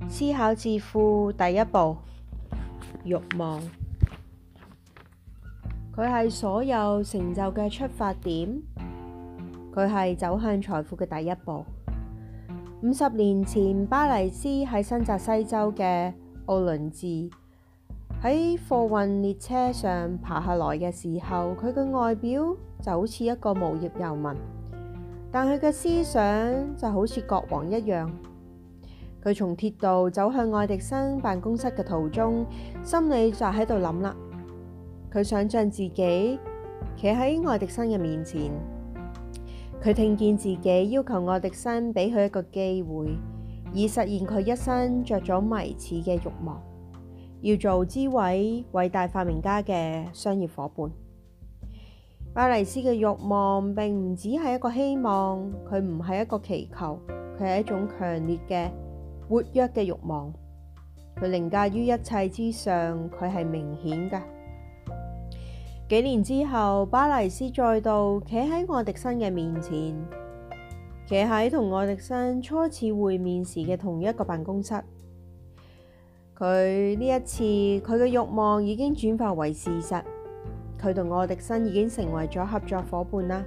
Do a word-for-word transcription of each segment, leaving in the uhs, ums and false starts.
思考致富第一步，慾望。佢係所有成就嘅出發點，佢係走向財富嘅第一步。五十年前，巴黎斯喺新澤西州嘅奧倫治喺貨運列車上爬下來嘅時候，佢嘅外表就好似一個無業遊民，但佢嘅思想就好似國王一樣。佢從鐵道走向愛迪生辦公室嘅途中，心裏就喺度諗啦。佢想象自己企喺愛迪生嘅面前，佢聽見自己要求愛迪生俾佢一個機會，以實現佢一生着咗迷似嘅慾望，要做知位偉大發明家嘅商業夥伴。巴黎斯嘅慾望並唔只係一個希望，佢唔係一個祈求，佢係一種強烈嘅活躍嘅慾望，佢凌駕於一切之上，佢係明顯㗎。幾年之後，巴黎斯再度企喺愛迪生嘅面前，企喺同愛迪生初次會面時嘅同一個辦公室。佢呢一次，佢嘅慾望已經轉化為事實，佢同愛迪生已經成為咗合作夥伴啦，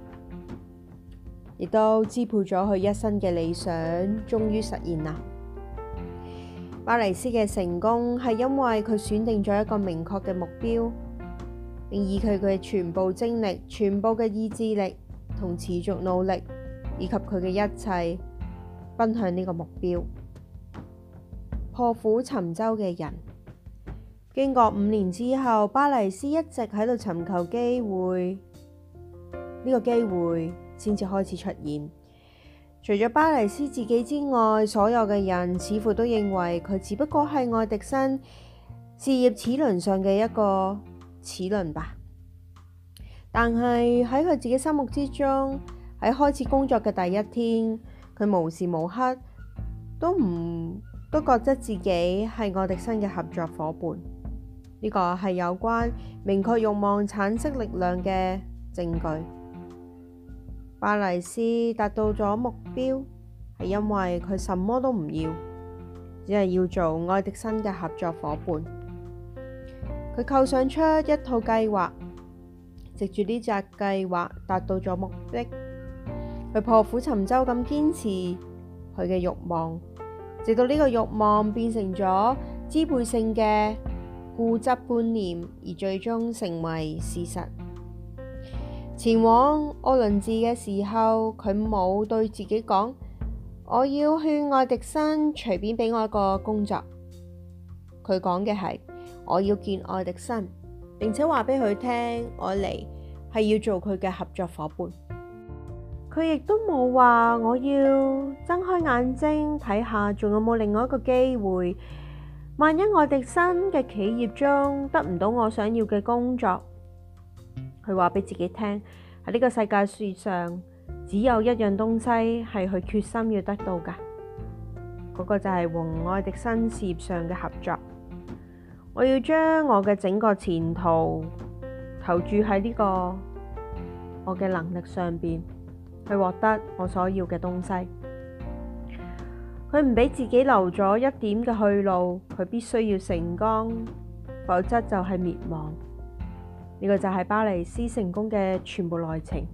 亦都支配咗佢一生嘅理想，終於實現啦。巴黎斯嘅成功係因為佢選定咗一個明確嘅目標，並以佢嘅全部精力、全部嘅意志力同持續努力，以及佢嘅一切奔向呢個目標。破釜沉舟嘅人，經過五年之後，巴黎斯一直喺度尋求機會，呢個機會先至開始出現。除咗巴黎斯自己之外，所有嘅人似乎都認為佢只不過係愛迪生事業齒輪上嘅一個齒輪吧。但係喺佢自己心目之中，喺開始工作嘅第一天，佢無時無刻都唔都覺得自己係愛迪生嘅合作夥伴。呢個係有關明確慾望產生力量嘅證據。巴黎斯達到咗目標，係因為佢什麼都唔要，只係要做愛迪生嘅合作夥伴。佢構想出一套計劃，藉住呢隻計劃達到咗目的。佢破釜沉舟咁堅持佢嘅慾望，直到呢個慾望變成咗支配性嘅固執觀念，而最終成為事實。前往奧倫治嘅時候，佢冇對自己講，我要去愛迪生隨便俾我一個工作。佢講嘅係，我要見愛迪生，並且話俾佢聽，我嚟係要做佢嘅合作夥伴。佢亦都冇話我要睜開眼睛睇下仲有冇另外一個機會，萬一愛迪生嘅企業中得唔到我想要嘅工作。佢話俾自己聽，喺呢個世界樹上只有一樣東西係佢決心要得到㗎，嗰、那個就係和愛迪生事業上嘅合作。我要將我嘅整個前途投注喺呢個我嘅能力上邊，去獲得我所要嘅東西。佢唔俾自己留咗一點嘅去路，佢必須要成功，否則就係滅亡。呢個就係巴黎斯成功嘅全部內情，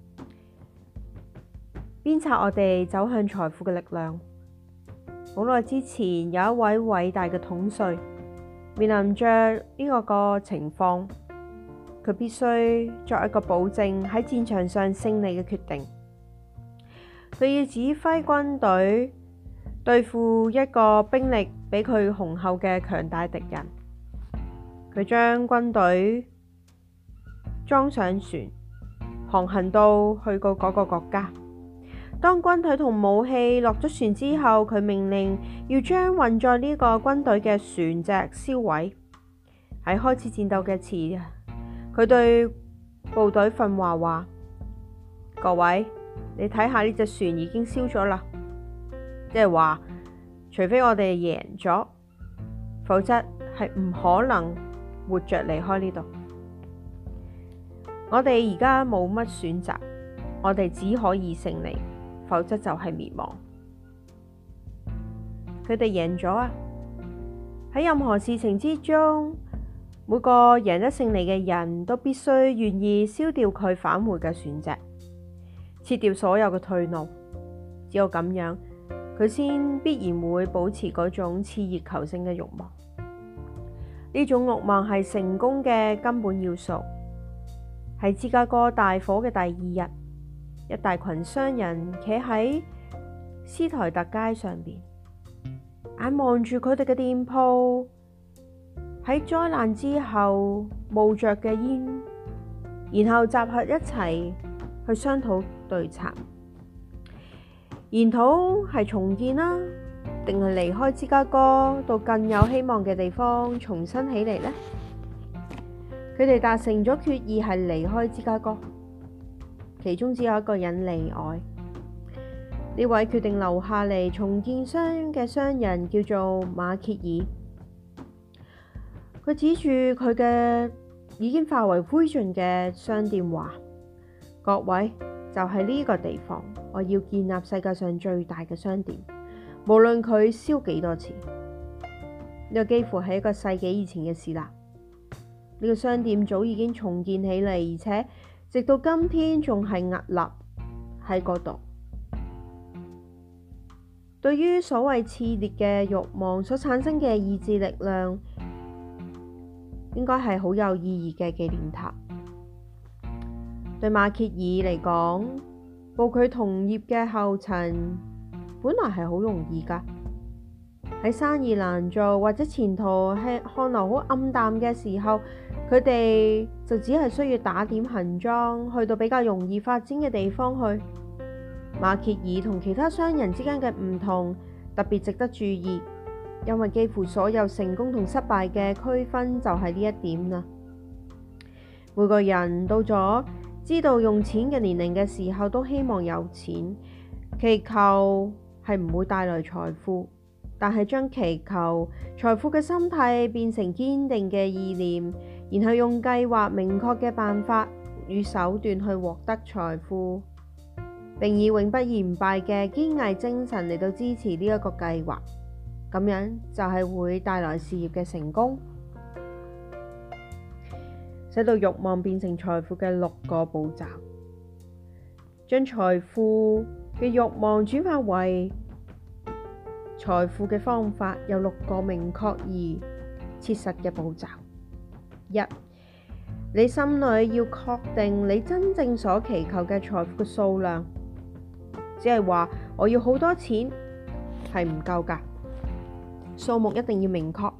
鞭策我哋走向財富嘅力量。好耐之前，有一位偉大嘅統帥面臨着呢個個情況，佢必須作一個保證喺戰場上勝利嘅決定。佢要指揮軍隊對付一個兵力比佢雄厚嘅強大敵人。佢將軍隊裝上船，航行到去過嗰個國家。當軍隊同武器落咗船之後，佢命令要將運載呢個軍隊嘅船隻燒毀。喺開始戰鬥嘅時，佢對部隊訓話話：各位，你睇下呢隻船已經燒咗啦，即係話，除非我哋贏咗，否則係唔可能活着離開呢度。我哋而家冇乜選擇，我哋只可以勝利，否則就係滅亡。 佢哋贏咗啊！喺任何事情之中，每個贏得勝利嘅人都必須願意燒掉佢返回嘅船隻，切掉所有嘅退路。只有咁樣，佢先必然會保持嗰種熾熱求勝嘅慾望。呢種慾望係成功嘅根本要素。喺芝加哥大火嘅第二日，一大群商人企喺斯台特街上邊，眼望住佢哋嘅店鋪喺災難之後冒着嘅煙，然後集合一齊去商討對策。研討係重建啦，定係離開芝加哥到更有希望嘅地方重新起嚟呢？佢哋達成咗決議係離開芝加哥，其中只有一個人例外。呢位決定留下嚟重建商嘅商人叫做馬歇爾。佢指住佢嘅已經化為灰燼嘅商店話：各位，就係呢個地方，我要建立世界上最大嘅商店，無論佢燒幾多次。呢個幾乎係一個世紀以前嘅事啦。呢個商店早已經重建起嚟，而且直到今天仲係屹立喺嗰度。對於所謂熾烈嘅慾望所產生嘅意志力量，應該係好有意義嘅紀念塔。對馬歇爾嚟講，步佢同業嘅後塵本來係好容易㗎。喺生意難做或者前途係看來好暗淡嘅時候，佢哋就只係需要打點行裝，去到比較容易發展嘅地方去。馬歇爾同其他商人之間嘅唔同特別值得注意，因為幾乎所有成功同失敗嘅區分就係呢一點啦。每個人到咗知道用錢嘅年齡嘅時候，都希望有錢，祈求係唔會帶來財富，但係將祈求財富嘅心態變成堅定嘅意念，然後用計劃明確嘅辦法與手段去獲得財富，並以永不言敗嘅堅毅精神嚟到支持呢一個計劃，咁樣就係會帶來事業嘅成功。使到慾望變成財富嘅六個步驟，將財富嘅慾望轉化為財富嘅方法有六個明確而切實嘅步驟。一，你心裏要確定你真正所祈求嘅財富嘅數量，只係話我要好多錢係唔夠㗎，數目一定要明確。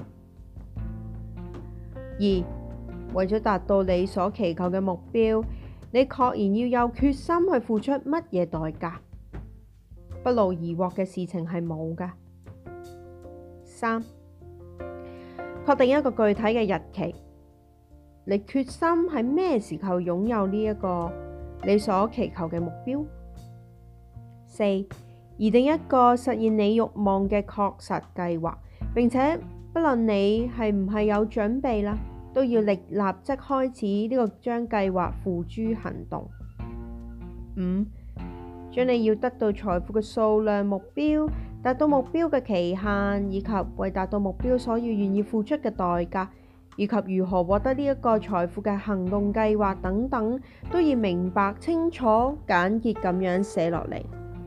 二，為咗達到你所祈求嘅目標，你確然要有決心去付出乜嘢代價，不勞而獲嘅事情係冇㗎。三，確定一個具體嘅日期，你決心喺咩時候擁有呢一個你所祈求嘅目標。四，擬定一個實現你慾望嘅確實計劃，並且不論你係唔係有準備啦，都要立立即開始呢個將計劃付諸行動。五，將你要得到財富嘅數量目標、達到目標嘅期限，以及為達到目標所要願意付出嘅代價，以及如何獲得呢一個財富嘅行動計劃等等，都要明白清楚、簡潔咁樣寫落嚟。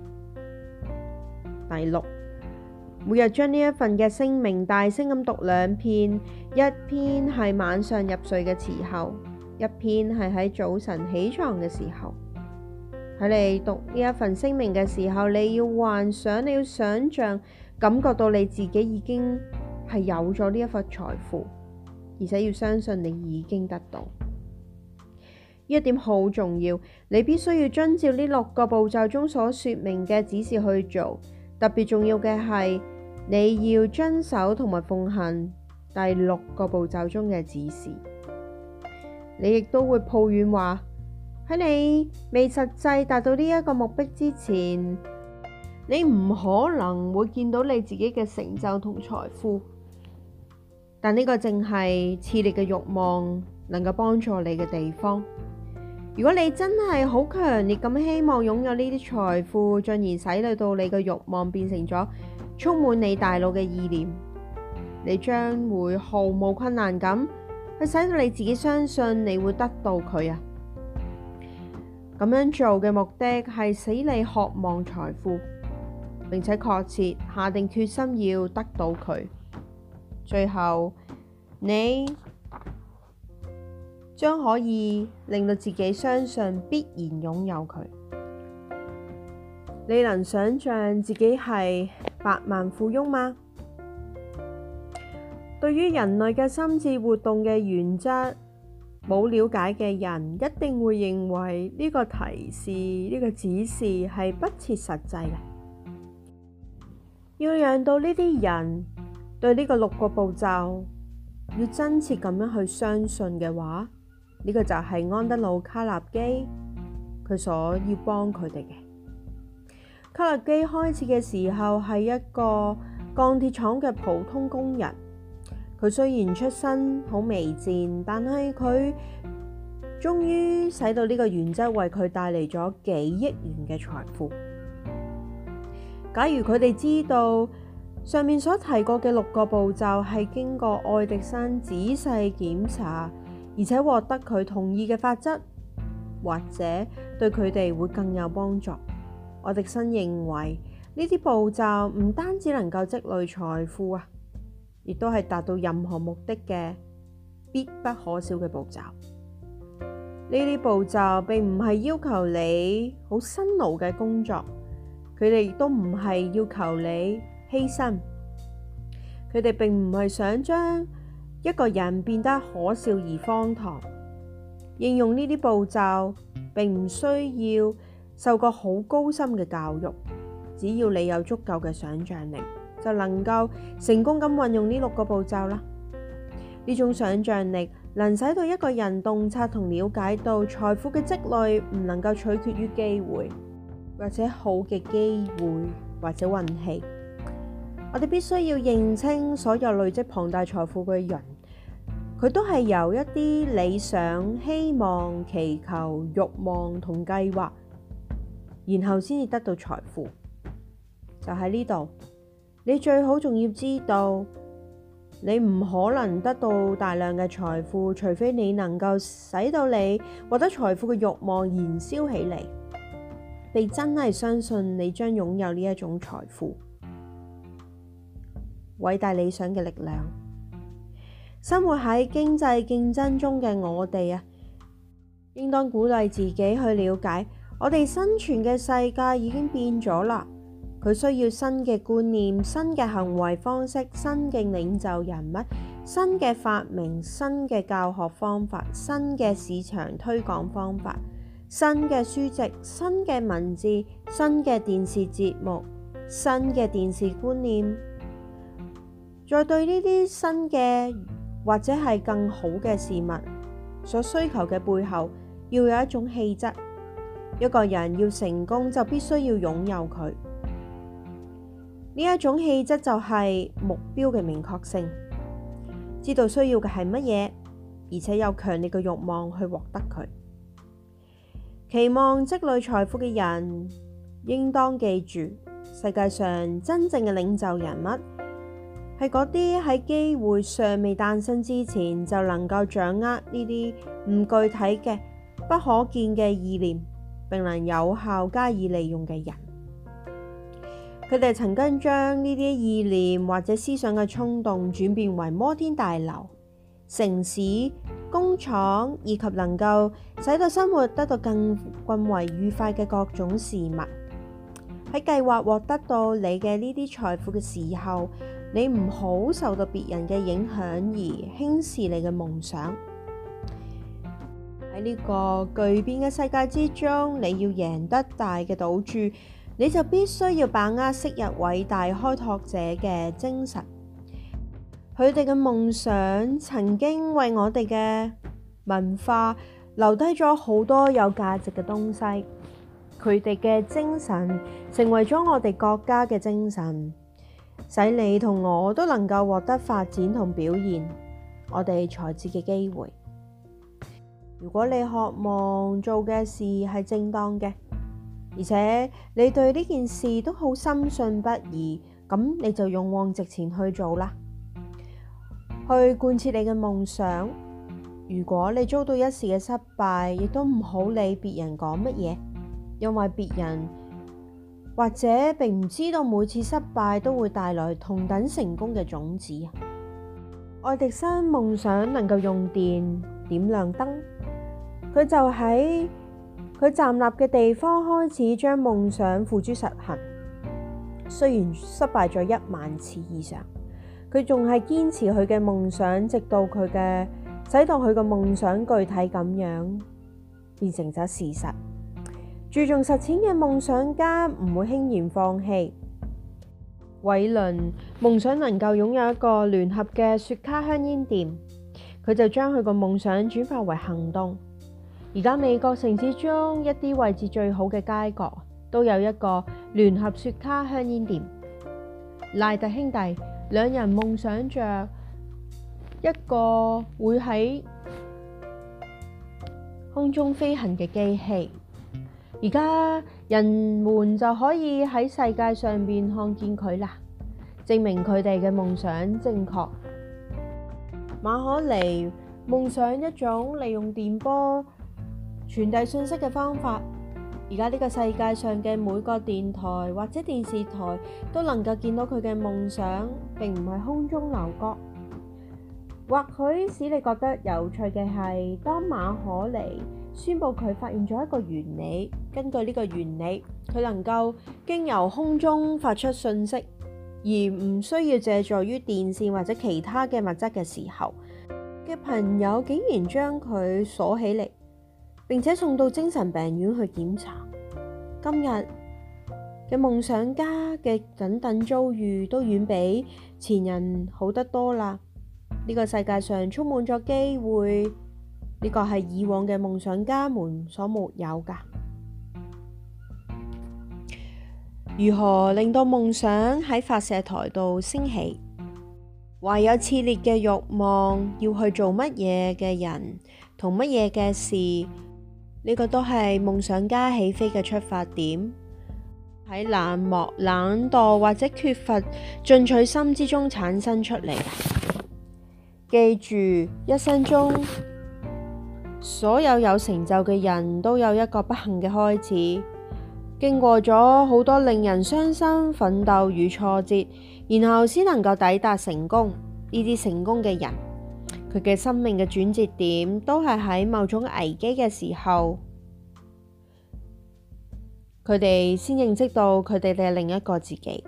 第六，每日將呢一份嘅聲明大聲咁讀兩篇，一篇係晚上入睡嘅時候，一篇係喺早晨起床嘅時候。喺你讀呢一份聲明嘅時候，你要幻想，你要想象，感覺到你自己已經係有咗呢一份財富，而且要相信你已經得到。呢一點好重要，你必須要遵照呢六個步驟中所說明嘅指示去做。特別重要嘅係，你要遵守同埋奉行第六個步驟中嘅指示。你亦都會抱怨話，喺你未實際達到呢一個目標之前，你唔可能會見到你自己嘅成就同財富。但呢個正係熾烈嘅慾望能夠幫助你嘅地方。如果你真係好強烈咁希望擁有呢啲財富，進而使到你嘅慾望變成咗充滿你大腦嘅意念，你將會毫無困難咁去使到你自己相信你會得到佢啊！咁樣做嘅目的係使你渴望財富，並且確切下定決心要得到佢。最後，你將可以令到自己相信必然擁有佢。你能想象自己係百萬富翁嗎？對於人類嘅心智活動嘅原則冇了解嘅人，一定會認為呢個提示、呢個指示係不切實際嘅。要讓到呢啲人對呢個六個步驟要真切咁樣去相信嘅話，呢個就係安德魯卡納基佢所要幫佢哋嘅。卡納基開始嘅時候係一個鋼鐵廠嘅普通工人，佢雖然出身好微賤，但係佢終於使到呢個原則為佢帶嚟咗幾億元嘅財富。假如佢哋知道上面所提過嘅六個步驟係經過愛迪生仔細檢查，而且獲得佢同意嘅法則，或者對佢哋會更有幫助。愛迪生認為呢啲步驟唔單止能夠積累財富啊，亦都係達到任何目的嘅必不可少嘅步驟。呢啲步驟並唔係要求你好辛勞嘅工作，佢哋亦都唔係要求你犧牲，佢哋並唔係想將一個人變得可笑而荒唐。應用呢啲步驟並唔需要受過好高深嘅教育，只要你有足夠嘅想像力，就能夠成功咁運用呢六個步驟啦。呢種想像力能使到一個人洞察同了解到財富嘅積累唔能夠取決於機會，或者好嘅機會，或者運氣。我哋必須要認清所有累積龐大財富嘅人，佢都係由一啲理想、希望、祈求、慾望同計劃，然後先至得到財富。就喺呢度，你最好仲要知道，你唔可能得到大量嘅財富，除非你能夠使到你獲得財富嘅慾望燃燒起嚟，你真係相信你將擁有呢一種財富。偉大理想嘅力量。生活喺經濟競爭中嘅我哋啊，應當鼓勵自己去了解，我哋生存嘅世界已經變咗啦。佢需要新嘅觀念、新嘅行為方式、新嘅領袖人物、新嘅發明、新嘅教學方法、新嘅市場推廣方法、新嘅書籍、新嘅文字、新嘅電視節目、新嘅電視觀念。在對呢啲新嘅或者係更好嘅事物所需求嘅背後，要有一種氣質。一個人要成功，就必須要擁有佢。呢一種氣質就係目標嘅明確性，知道需要嘅係乜嘢，而且有強烈嘅慾望去獲得佢。期望積累財富嘅人，應當記住，世界上真正嘅領袖人物係嗰啲喺機會尚未誕生之前就能夠掌握呢啲唔具體嘅、不可見嘅意念，並能有效加以利用嘅人。佢哋曾經將呢啲意念或者思想嘅衝動轉變為摩天大樓、城市、工廠，以及能夠使到生活得到更更為愉快嘅各種事物。喺計劃獲得到你嘅呢啲財富嘅時候，你唔好受到別人嘅影響而輕視你嘅夢想。喺呢個巨變嘅世界之中，你要贏得大嘅賭注，你就必須要把握昔日偉大開拓者嘅精神。佢哋嘅夢想曾經為我哋嘅文化留低咗好多有價值嘅東西，佢哋嘅精神成為咗我哋國家嘅精神，使你同我都能夠獲得發展同表現我哋才智嘅機會。如果你渴望做嘅事係正當嘅，而且你對呢件事都好深信不疑， 咁你就勇往直前去做啦，去貫徹你嘅夢想。如果你遭到一時嘅失敗，亦都唔好理別人講乜嘢，因為別人或者並唔知道每次失敗都會帶來同等成功嘅種子。愛迪生夢想能夠用電點亮燈，佢就喺佢站立嘅地方開始將夢想付諸實行。雖然失敗咗一萬次以上，佢仲係堅持佢嘅夢想，直到佢嘅使到佢嘅夢想具體咁樣變成咗事實。注重實踐嘅夢想家唔會輕言放棄。偉倫夢想能夠擁有一個聯合嘅雪茄香煙店，佢就將佢個夢想轉化為行動。而家美國城市中一啲位置最好嘅街角都有一個聯合雪茄香煙店。賴特兄弟兩人夢想着一個會喺空中飛行嘅機器，而家人們就可以喺世界上面看見佢啦，證明佢哋嘅夢想正確。馬可尼夢想一種利用電波傳遞信息嘅方法。而家呢個世界上嘅每個電台或者電視台都能夠見到佢嘅夢想，並唔係空中樓閣。或許使你覺得有趣嘅係，當馬可尼宣布佢發現咗一個原理，根據呢個原理，佢能夠經由空中發出信息，而唔需要借助於電線或者其他嘅物質嘅時候，嘅朋友竟然將佢鎖起嚟，並且送到精神病院去檢查。今日嘅夢想家嘅等等遭遇都遠比前人好得多啦。呢個世界上充滿咗機會，呢個係以往嘅夢想家們所沒有㗎。如何令到夢想喺發射台度升起？懷有熾烈嘅慾望，要去做乜嘢嘅人同乜嘢嘅事，呢個都係夢想家起飛嘅出發點。喺冷漠、懶惰或者缺乏進取心之中產生出嚟。記住，一生中所有有成就嘅人都有一個不幸嘅開始，經過咗好多令人傷心、奮鬥與挫折，然後先能夠抵達成功。呢啲成功嘅人，佢嘅生命嘅轉折點都係喺某種危機嘅時候，佢哋先認識到佢哋嘅另一個自己。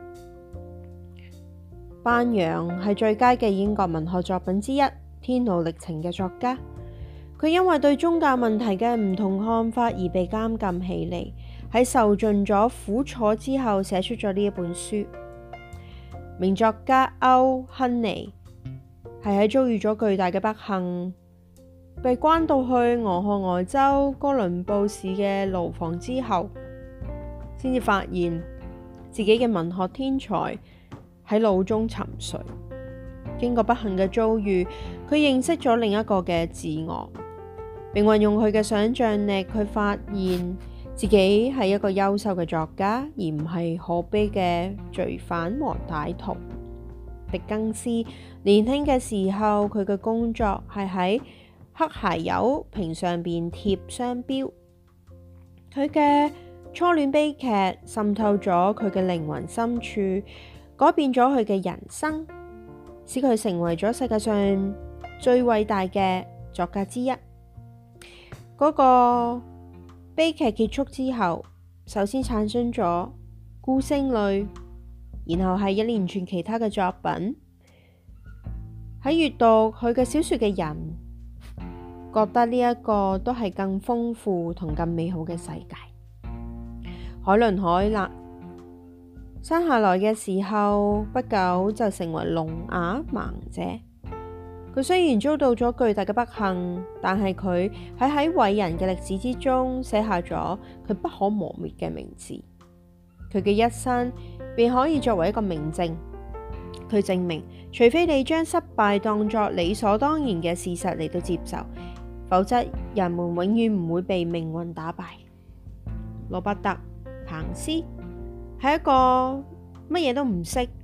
班揚係最佳嘅英國文學作品之一，天路歷程嘅作家，佢因為對宗教問題嘅唔同看法而被監禁起嚟，喺受盡咗苦楚之後寫出咗呢一本書。名作家歐亨尼係喺遭遇咗巨大嘅不幸，被關到去俄亥俄州哥倫布市嘅牢房之後，先至發現自己嘅文學天才喺腦中沉睡。經過不幸嘅遭遇，佢認識咗另一個嘅自我，並運用佢嘅想象力，佢發現自己係一個優秀嘅作家，而唔係可悲嘅罪犯和歹徒。狄更斯年輕嘅時候，佢嘅工作係喺黑鞋油瓶上邊貼商標。佢嘅初戀悲劇滲透咗佢嘅靈魂深處，改變咗佢嘅人生，使佢成為咗世界上最偉大嘅作家之一。嗰個悲劇結束之後，首先產生咗孤星淚，然後係一連串其他嘅作品。喺閱讀佢嘅小說嘅人，覺得呢一個都係更豐富同更美好嘅世界。海倫凱勒生下來嘅時候，不久就成為聾啞盲者。佢雖然遭到咗巨大嘅不幸，但係佢喺喺偉人嘅歷史之中寫下咗佢不可磨滅嘅名字。佢嘅一生便可以作為一個明證，佢證明除非你將失敗當作理所當然嘅事實嚟到接受，否則人們永遠唔會被命運打敗。羅伯特彭斯係一個乜嘢都唔識，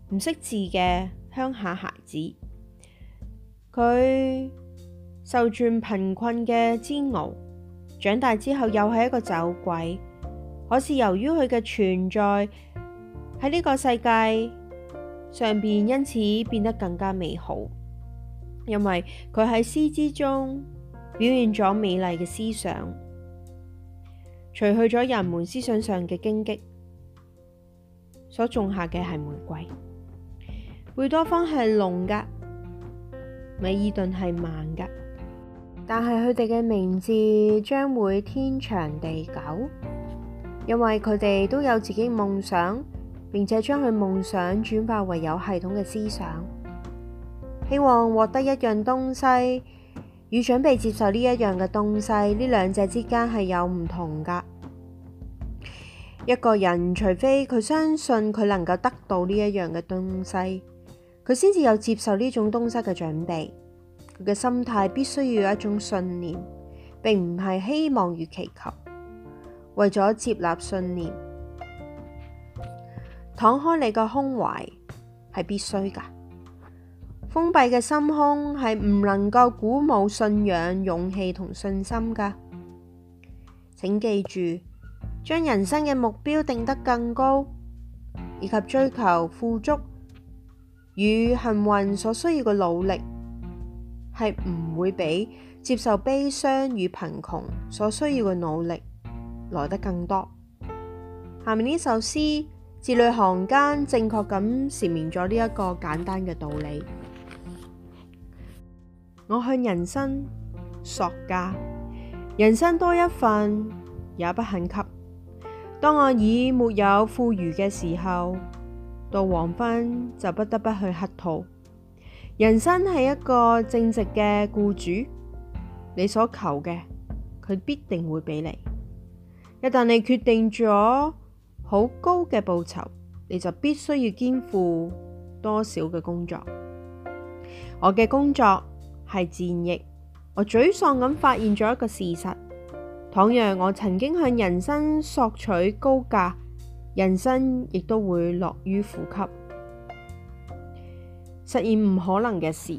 唔識字嘅鄉下孩子，佢受住貧困嘅煎熬，長大之後又係一個走鬼。可是由於佢嘅存在喺呢個世界上邊，因此變得更加美好，因為佢喺詩之中表現咗美麗嘅思想，除去咗人們思想上嘅荊棘，所種下嘅係玫瑰。貝多芬係聾噶，米爾頓係盲噶，但係佢哋嘅名字將會天長地久，因為佢哋都有自己夢想，並且將佢夢想轉化為有系統嘅思想。希望獲得一樣東西與準備接受呢一樣嘅東西，呢兩者之間係有唔同噶。一個人除非佢相信佢能夠得到呢一樣嘅東西，佢先至有接受呢種東西嘅準備。佢嘅心態必須要有一種信念，並唔係希望與祈求。為咗接納信念，敞開你個胸懷係必須噶。封閉嘅心胸係唔能夠鼓舞信仰、勇氣同信心噶。請記住，將人生嘅目標定得更高，以及追求富足與幸運所需要嘅努力，係唔會比接受悲傷與貧窮所需要嘅努力來得更多。下面呢首詩字裏行間正確咁闡明咗呢一個簡單嘅道理。我向人生索價，人生多一份也不肯給。當我已沒有富餘嘅時候，到黃昏就不得不去乞討。人生係一個正直嘅僱主，你所求嘅佢必定會俾你。一旦你決定咗好高嘅報酬，你就必須要肩負多少嘅工作。我嘅工作係戰役，我沮喪咁發現咗一個事實：倘若我曾經向人生索取高價，人生亦都會樂於呼吸，實現唔可能嘅事。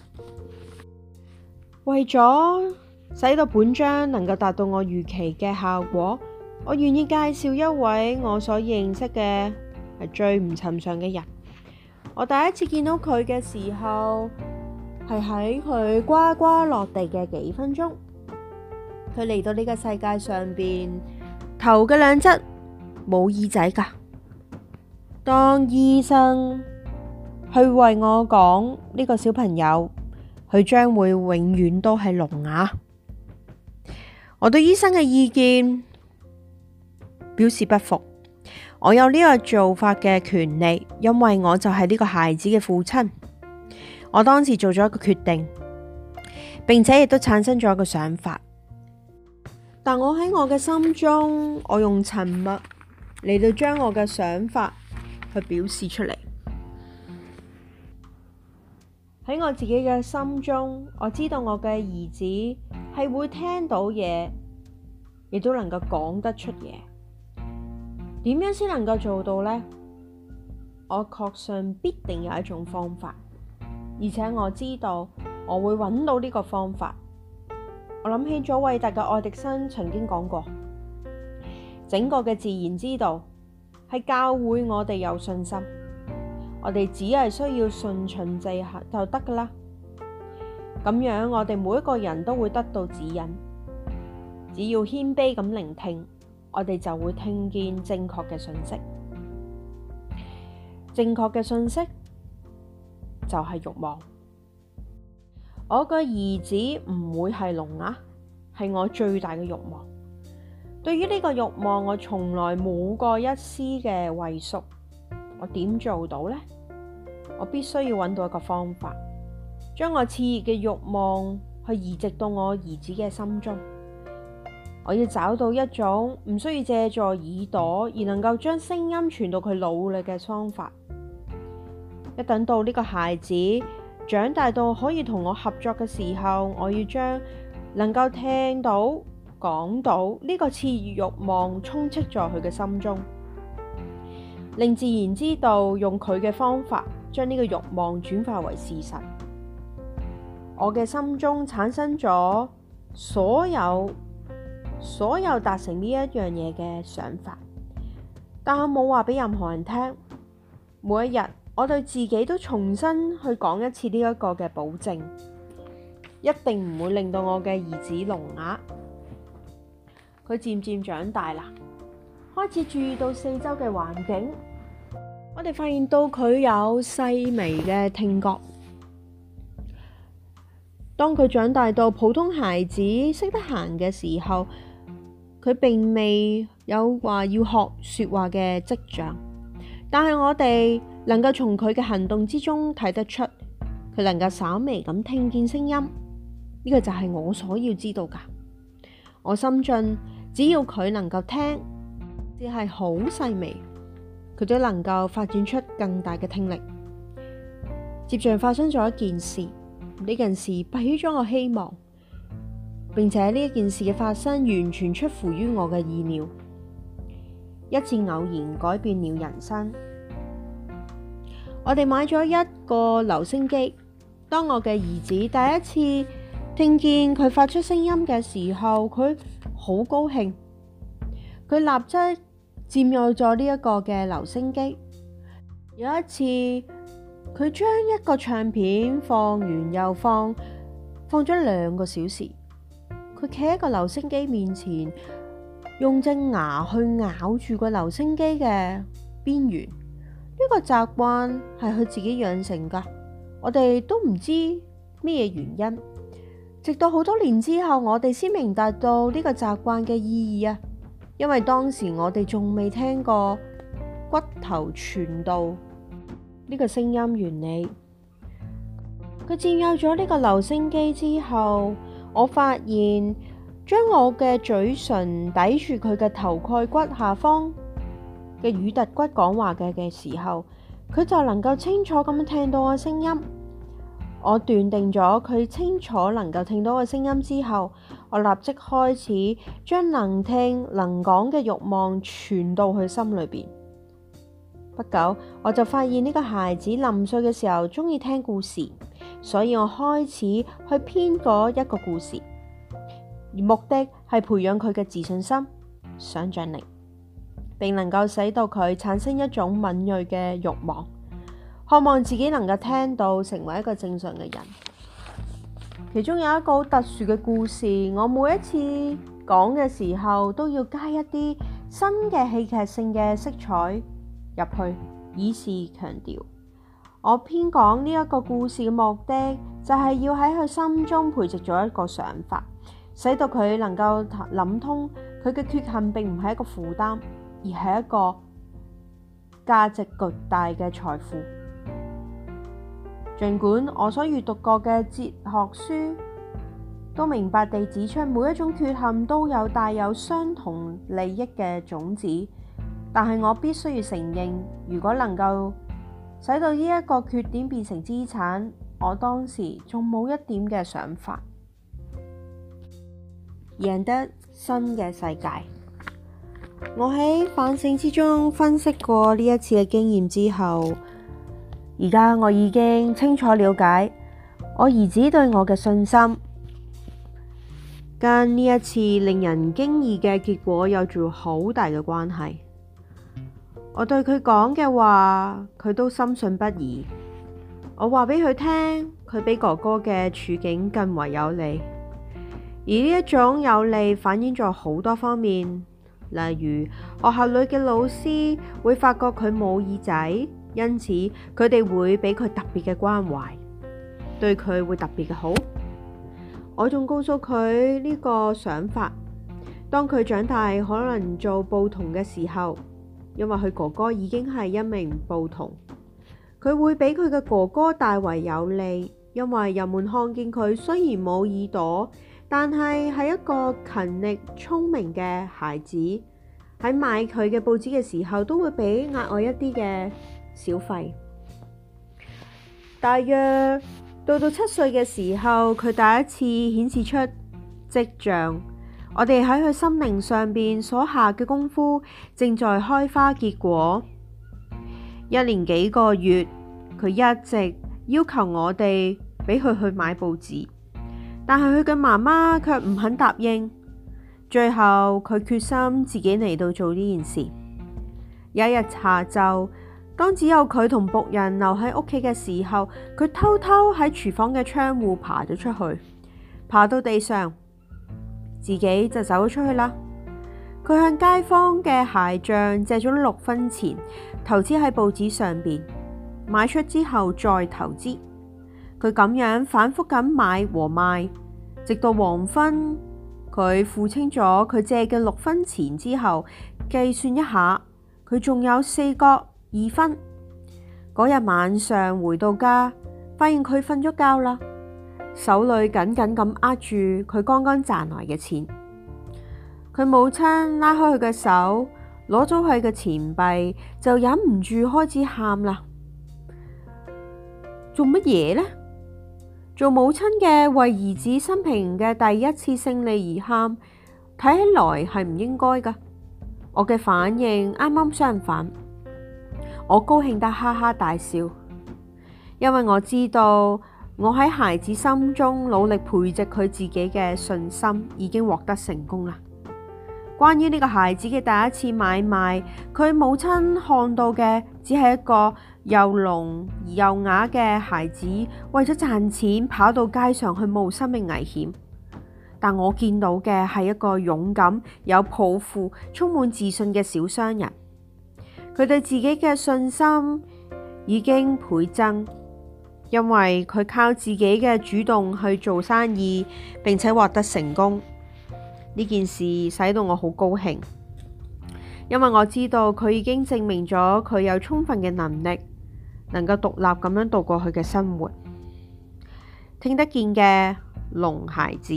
為咗使到本章能夠達到我預期嘅效果，我願意介紹一位我所認識嘅係最唔尋常嘅人。我第一次見到佢嘅時候，係喺佢呱呱落地嘅幾分鐘。佢嚟到呢個世界上邊，頭嘅兩側冇耳仔噶。當醫生去為我講呢個小朋友，佢將會永遠都係聾啞，我對醫生嘅意見表示不服。我有呢個做法嘅權利，因為我就係呢個孩子嘅父親。我當時做咗一個決定，並且亦都產生咗一個想法。但我喺我嘅心中，我用沉默嚟到將我嘅想法去表示出嚟。喺我自己嘅心中，我知道我嘅兒子係會聽到嘢，亦都能夠講得出嘢。點樣先能夠做到呢？我確信必定有一種方法，而且我知道我會揾到呢個方法。我諗起咗偉大嘅愛迪生曾經講過，整個嘅自然之道係教會我哋有信心，我哋只係需要順循制行就得噶啦。咁樣我哋每一個人都會得到指引，只要謙卑咁聆聽，我哋就會聽見正確嘅信息。正確嘅信息就係慾望。我個兒子唔會係聾啞，係我最大嘅慾望。對於呢個慾望，我從來冇過一絲嘅畏縮。我點做到呢？我必須要揾到一個方法，將我熾熱嘅慾望去移植到我兒子嘅心中。我要找到一種唔需要借助耳朵而能夠將聲音傳到佢腦裏嘅方法。一等到呢個孩子長大到可以同我合作嘅時候，我要將能夠聽到、講到呢個熾熱慾望充斥在佢嘅心中。 令自然之道用佢嘅方法將呢個慾望轉化為事實。我嘅心中產生咗所有所有達成呢一樣嘢嘅想法，但我冇話俾任何人聽。每一日，我對自己都重新去講一次呢一個嘅保證，一定唔會令到我嘅兒子聾啞。佢漸漸長大啦，開始注意到四周嘅環境。我哋發現到佢有細微嘅聽覺。當佢長大到普通孩子識得行嘅時候，佢並未有話要學說話嘅跡象，但係我哋能夠從佢嘅行動之中睇得出，佢能夠稍微咁聽見聲音。呢個就係我所要知道噶。我深信，只要佢能夠聽，只係好細微，佢都能夠發展出更大嘅聽力。接着發生咗一件事，呢件事俾咗我希望，並且呢一件事嘅發生完全出乎於我嘅意料，一次偶然改變了人生。我哋買咗一個留聲機，當我嘅兒子第一次聽見佢發出聲音嘅時候，佢好高興，佢立即佔有咗呢一個嘅留聲機。有一次，佢將一個唱片放完又放，放咗兩個小時。佢企喺個留聲機面前，用隻牙去咬住個留聲機嘅邊緣。呢個習慣係佢自己養成噶，我哋都唔知咩原因。直到好多年之後，我哋先明白到呢個習慣嘅意義啊！因為當時我哋仲未聽過骨頭傳導呢個聲音原理。佢佔有咗呢個留聲機之後，我發現將我嘅嘴唇抵住佢嘅頭蓋骨下方嘅乳突骨講話嘅嘅時候，佢就能夠清楚咁聽到我聲音。我斷定咗佢清楚能夠聽到我聲音之後，我立即開始將能聽能講嘅慾望傳到佢心裏邊。不久，我就發現呢個孩子臨睡嘅時候中意聽故事，所以我開始去編嗰一個故事，而目的係培養佢嘅自信心、想象力，並能夠使到佢產生一種敏銳嘅慾望，渴望自己能夠聽到，成為一個正常嘅人。其中有一個好特殊嘅故事，我每一次講嘅時候都要加一啲新嘅戲劇性嘅色彩入去，以示強調。我編講呢一個故事嘅目的，就係要喺佢心中培植咗一個想法，使到佢能夠諗通佢嘅缺陷並唔係一個負擔，而係一個價值巨大嘅財富。儘管我所閱讀過嘅哲學書都明白地指出，每一種缺陷都有帶有相同利益嘅種子，但係我必須要承認，如果能夠使到呢一個缺點變成資產，我當時仲冇一點嘅想法。贏得新嘅世界。我喺反省之中分析過呢一次嘅經驗之後，而家我已經清楚了解我兒子對我嘅信心，跟呢一次令人驚異嘅結果有住好大嘅關係。我對佢講嘅話，佢都深信不疑。我話俾佢聽，佢比哥哥嘅處境更為有利，而呢一種有利反映咗好多方面，例如學校裏嘅老師會發覺佢冇耳仔，因此佢哋會俾佢特別嘅關懷，對佢會特別嘅好。我仲告訴佢呢個想法，當佢長大可能做暴童嘅時候，因為佢哥哥已經係一名暴童，佢會比佢嘅哥哥大為有利，因為人們看見佢雖然冇耳朵，但係係一個勤力聰明嘅孩子，喺買佢嘅報紙嘅時候都會俾額外一啲嘅小費。大約到到七歲嘅時候，佢第一次顯示出跡象。我哋喺佢心靈上邊所下嘅功夫正在開花結果。 一連幾個月，佢一直要求我哋俾佢去買報紙，但係佢嘅媽媽卻唔肯答應。最後佢決心自己嚟到做呢件事。有一日下晝，當只有佢同僕人留喺屋企嘅時候，佢偷偷喺廚房嘅窗戶爬咗出去，爬到地上，自己就走咗出去啦。佢向街坊嘅鞋匠借咗六分錢，投資喺報紙上邊，賣出之後再投資。佢咁樣反覆咁買和賣，直到黃昏。佢付清咗佢借嘅六分錢之後，計算一下，佢仲有四角二分。嗰日晚上回到家，發現佢瞓咗覺啦，手裏緊緊咁握住佢剛剛賺來嘅錢。佢母親拉開佢嘅手，攞咗佢嘅錢幣，就忍唔住開始喊啦。做乜嘢呢？做母親嘅為兒子生平嘅第一次勝利而喊，睇起來係唔應該噶。我嘅反應啱啱相反，我高興得哈哈大笑，因為我知道我喺孩子心中努力培植佢自己嘅信心已經獲得成功啦。關於呢個孩子嘅第一次買賣，佢母親看到嘅只係一個又聾而又啞嘅孩子為咗賺錢跑到街上去冒生命危險，但我見到嘅係一個勇敢、有抱負、充滿自信嘅小商人。佢對自己嘅信心已經倍增，因為佢靠自己嘅主動去做生意，並且獲得成功。呢件事使到我好高興，因為我知道佢已經證明咗佢有充分嘅能力，能夠獨立咁樣度過佢嘅生活。聽得見嘅聾孩子，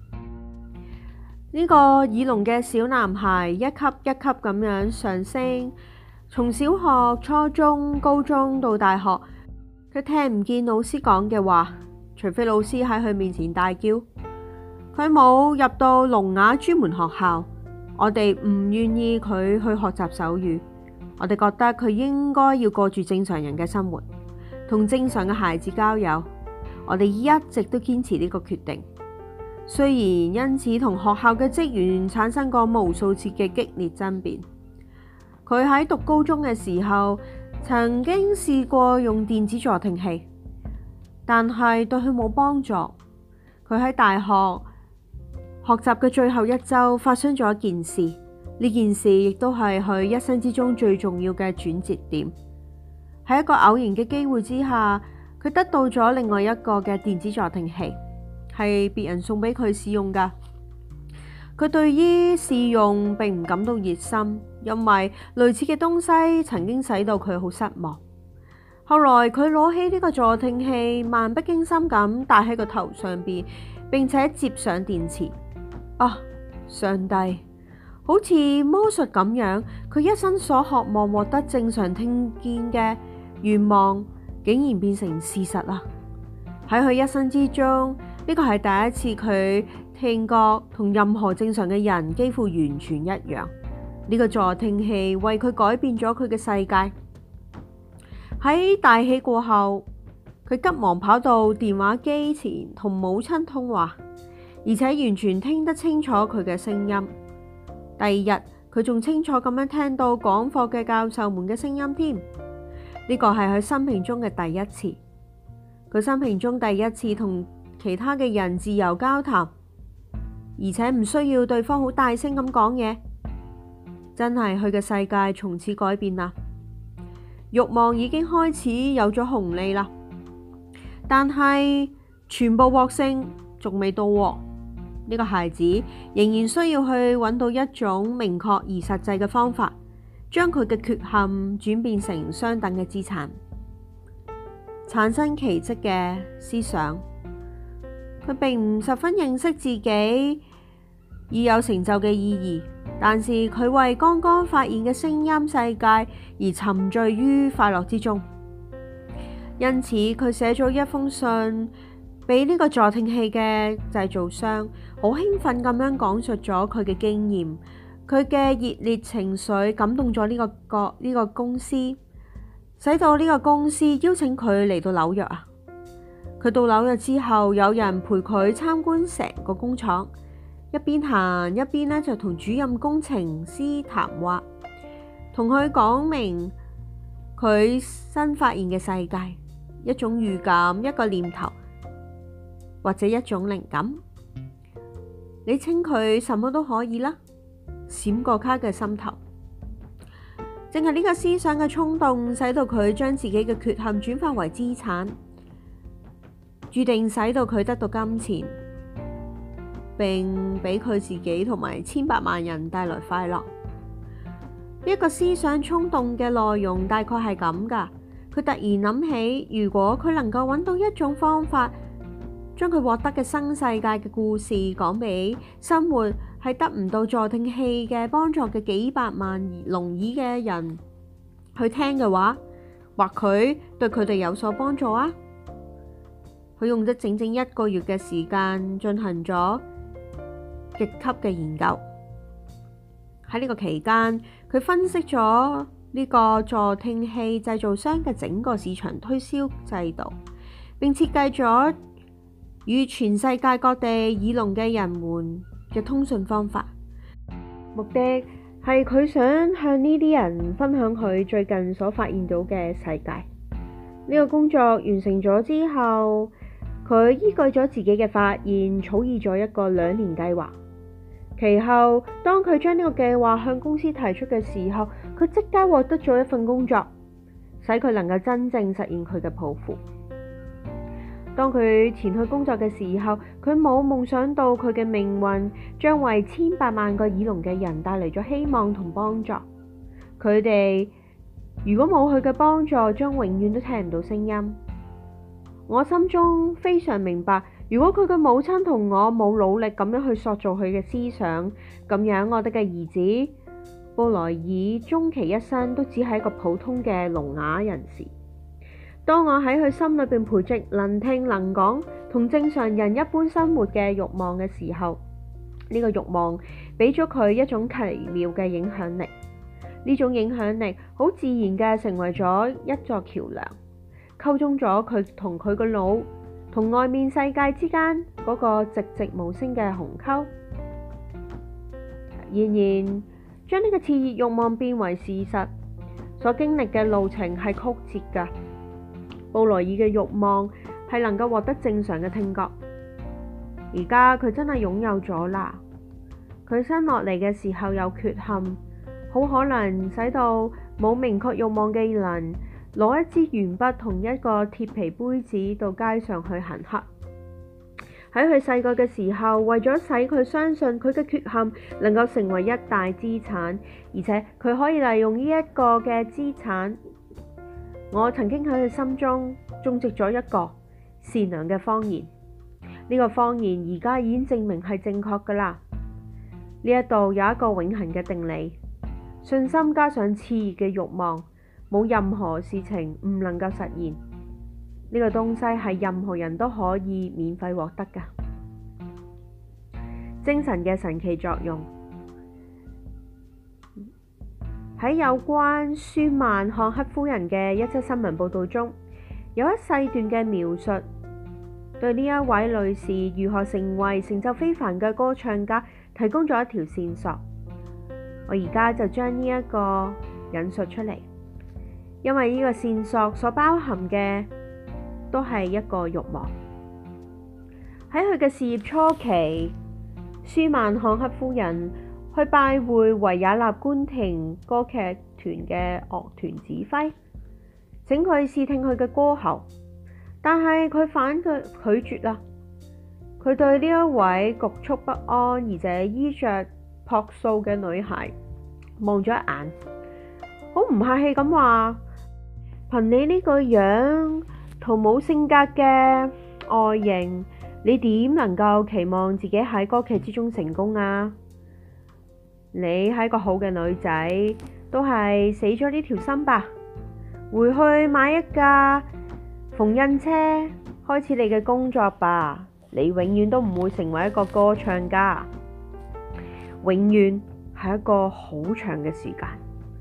呢個耳聾嘅小男孩一級一級咁樣上升，從小學、初中、高中到大學，佢聽唔見老師講嘅話，除非老師喺佢面前大叫。佢冇入到聾啞專門學校，我哋唔願意佢去學習手語，我哋覺得佢應該要過住正常人嘅生活，同正常嘅孩子交友。我哋一直都堅持呢個決定，雖然因此同學校嘅職員產生過無數次嘅激烈爭辯。佢喺讀高中嘅時候，曾經試過用電子助聽器，但係對佢冇幫助。佢喺大學學習嘅最後一周發生咗一件事，呢件事亦都係佢一生之中最重要嘅轉折點。喺一個偶然嘅機會之下，佢得到咗另外一個嘅電子助聽器，係別人送俾佢使用噶。佢對於試用並唔感到熱心，因為類似嘅東西曾經使到佢好失望。後來佢攞起呢個助聽器，漫不經心咁戴喺個頭上邊，並且接上電池。啊！上帝，好似魔術咁樣，佢一生所渴望獲得正常聽見嘅願望，竟然變成事實啦！喺佢一生之中，呢個係第一次佢聽覺同任何正常嘅人幾乎完全一樣。呢個助聽器為佢改變咗佢嘅世界。喺大喜過後，佢急忙跑到電話機前同母親通話。而且完全聽得清楚佢嘅聲音。第二日，佢仲清楚咁樣聽到講課嘅教授們嘅聲音添。呢個係佢生命中嘅第一次，佢生命中第一次同其他嘅人自由交談，而且唔需要對方好大聲咁講嘢。真係佢嘅世界從此改變啦。慾望已經開始有咗紅利啦，但係全部獲勝仲未到喎。呢個孩子仍然需要去揾到一種明確而實際嘅方法，將佢嘅缺陷轉變成相等嘅資產，產生奇蹟嘅思想。佢並唔十分認識自己已有成就嘅意義，但是佢為剛剛發現嘅聲音世界而沉醉於快樂之中。因此，佢寫咗一封信俾呢個助聽器嘅製造商，好興奮咁樣講述咗佢嘅經驗，佢嘅熱烈情緒感動咗呢個個呢個公司， 使到呢個公司邀請佢嚟到紐約啊。佢到紐約之後，有人陪佢參觀成個工廠，一邊行一邊呢就同主任工程師談話，同佢講明佢新發現嘅世界，一種預感，一個念頭，或者一種靈感，你稱佢什麼都可以啦。閃過卡嘅心頭，正係呢個思想嘅衝動，使到佢將自己嘅缺陷轉化為資產，注定使到佢得到金錢，並俾佢自己同埋千百萬人帶來快樂。呢一個思想衝動嘅內容大概係咁噶。佢突然諗起，如果佢能夠揾到一種方法，將佢獲得嘅新世界嘅故事講俾生活係得唔到助聽器嘅幫助嘅幾百萬聾耳嘅人去聽嘅話，或許對佢哋有所幫助啊！佢用咗整整一個月嘅時間進行咗極級嘅研究。喺呢個期間，佢分析咗呢個助聽器製造商嘅整個市場推銷制度，並設計咗與全世界各地耳聾嘅人們嘅通訊方法。目的係佢想向呢啲人分享佢最近所發現到嘅世界。呢個工作完成咗之後，佢依據咗自己嘅發現，草擬咗一個兩年計劃。其後，當佢將呢個計劃向公司提出嘅時候，佢即刻獲得咗一份工作，使佢能夠真正實現佢嘅抱負。當佢前去工作嘅時候，佢冇夢想到佢嘅命運將為千百萬個耳聾嘅人帶嚟咗希望同幫助。佢哋如果冇佢嘅幫助，將永遠都聽唔到聲音。我心中非常明白，如果佢嘅母親同我冇努力咁樣去塑造佢嘅思想，咁樣我哋嘅兒子布萊爾終其一生都只係一個普通嘅聾啞人士。當我喺佢心裏邊培植能聽能講同正常人一般生活嘅慾望嘅時候，呢個慾望俾咗佢一種奇妙嘅影響力。呢種影響力好自然嘅成為咗一座橋樑，溝通咗佢同佢個腦同外面世界之間嗰個寂寂無聲嘅鴻溝。然而，將呢個熾熱慾望變為事實，所經歷嘅路程係曲折噶。布萊爾嘅慾望係能夠獲得正常嘅聽覺，而家佢真係擁有咗啦。佢生落嚟嘅時候有缺陷，好可能使到冇明確慾望嘅人攞一支鉛筆同一個鐵皮杯子到街上去行乞。喺佢細個嘅時候，為咗使佢相信佢嘅缺陷能夠成為一大資產，而且佢可以利用呢一個嘅資產，我曾經喺佢心中種植咗一個善良嘅謊言。呢個謊言而家已經證明係正確噶啦。呢一度有一個永恆嘅定理：信心加上熾熱嘅慾望，冇任何事情唔能夠實現。呢個東西係任何人都可以免費獲得噶。精神嘅神奇作用。喺有關舒曼漢克夫人嘅一則新聞報道中，有一細段嘅描述，對呢一位女士如何成為成就非凡嘅歌唱家提供咗一條線索。我而家就將呢一個引述出嚟，因為呢個線索所包含嘅都係一個慾望。喺佢嘅事業初期，舒曼漢克夫人去拜會維也納宮廷歌劇團嘅樂團指揮，請佢試聽佢嘅歌喉，但係佢反拒拒絕啦。佢對呢一位局促不安而且衣着樸素嘅女孩望咗一眼，好唔客氣咁話：憑你呢個樣同冇性格嘅外形，你點能夠期望自己喺歌劇之中成功啊？你係個好嘅女仔，都係死咗呢條心吧。回去買一架縫紉車，開始你嘅工作吧。你永遠都唔會成為一個歌唱家，永遠係一個好長嘅時間。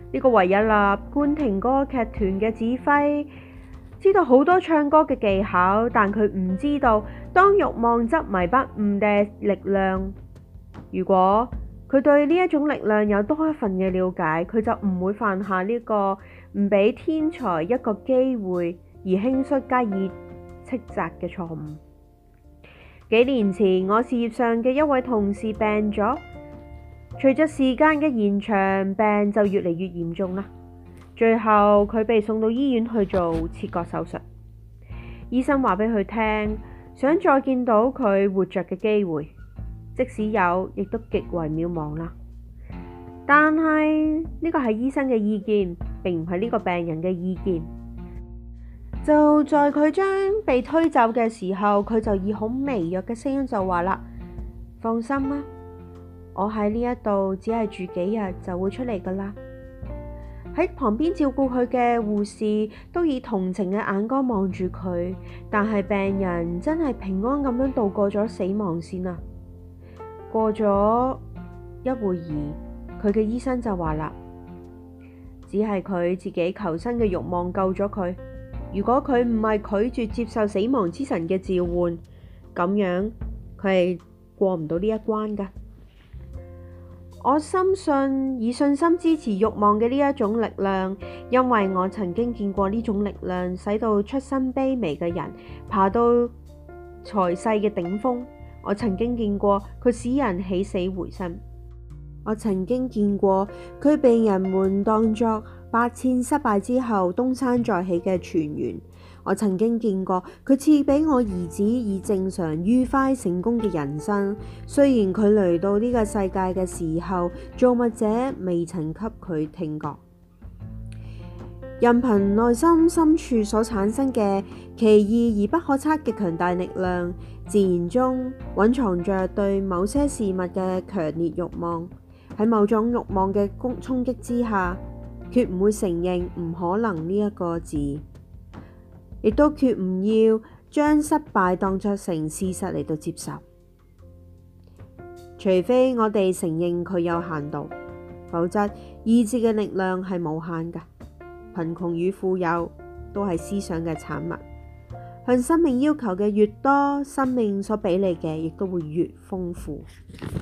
呢個維也納宮廷歌劇團嘅指揮知道好多唱歌嘅技巧，但佢唔知道當慾望執迷不悟嘅力量。如果佢對呢一種力量有多一份嘅了解，佢就唔會犯下呢個唔俾天才一個機會而輕率加以斥責嘅錯誤。幾年前，我事業上嘅一位同事病咗。隨着時間嘅延長，病就越嚟越嚴重啦。最後佢被送到醫院去做切割手術。醫生話俾佢聽，想再見到佢活着嘅機會，即使有，亦都極為渺茫啦。但係呢個係醫生嘅意見，並唔係呢個病人嘅意見。就在佢將被推走嘅時候，佢就以好微弱嘅聲音就話啦：放心啦。我喺呢一度只係住幾日就會出嚟噶啦。喺旁邊照顧佢嘅護士都以同情嘅眼光望住佢，但係病人真係平安咁樣度過咗死亡線啊。過咗一會兒，佢嘅醫生就話啦，只係佢自己求生嘅慾望救咗佢。如果佢唔係拒絕接受死亡之神嘅召喚，咁樣佢係過唔到呢一關噶。我深信以信心支持慾望嘅呢一種力量，因為我曾經見過呢種力量使到出身卑微嘅人爬到財勢嘅頂峰。我曾經見過佢使人起死回生。我曾經見過佢被人們當作八次失敗之後東山再起嘅泉源。我曾經見過佢賜俾我兒子以正常、愉快、成功嘅人生。雖然佢嚟到呢個世界嘅時候，造物者未曾給佢聽覺。任憑內心深處所產生嘅奇異而不可測嘅強大力量，自然中蘊藏着對某些事物嘅強烈慾望。喺某種慾望嘅衝擊之下，決唔會承認唔可能呢一個字。亦都決唔要將失敗當作成事實嚟到接受，除非我哋承認佢有限度，否則意志嘅力量係無限㗎。貧窮與富有都係思想嘅產物，向生命要求嘅越多，生命所俾你嘅亦都會越豐富。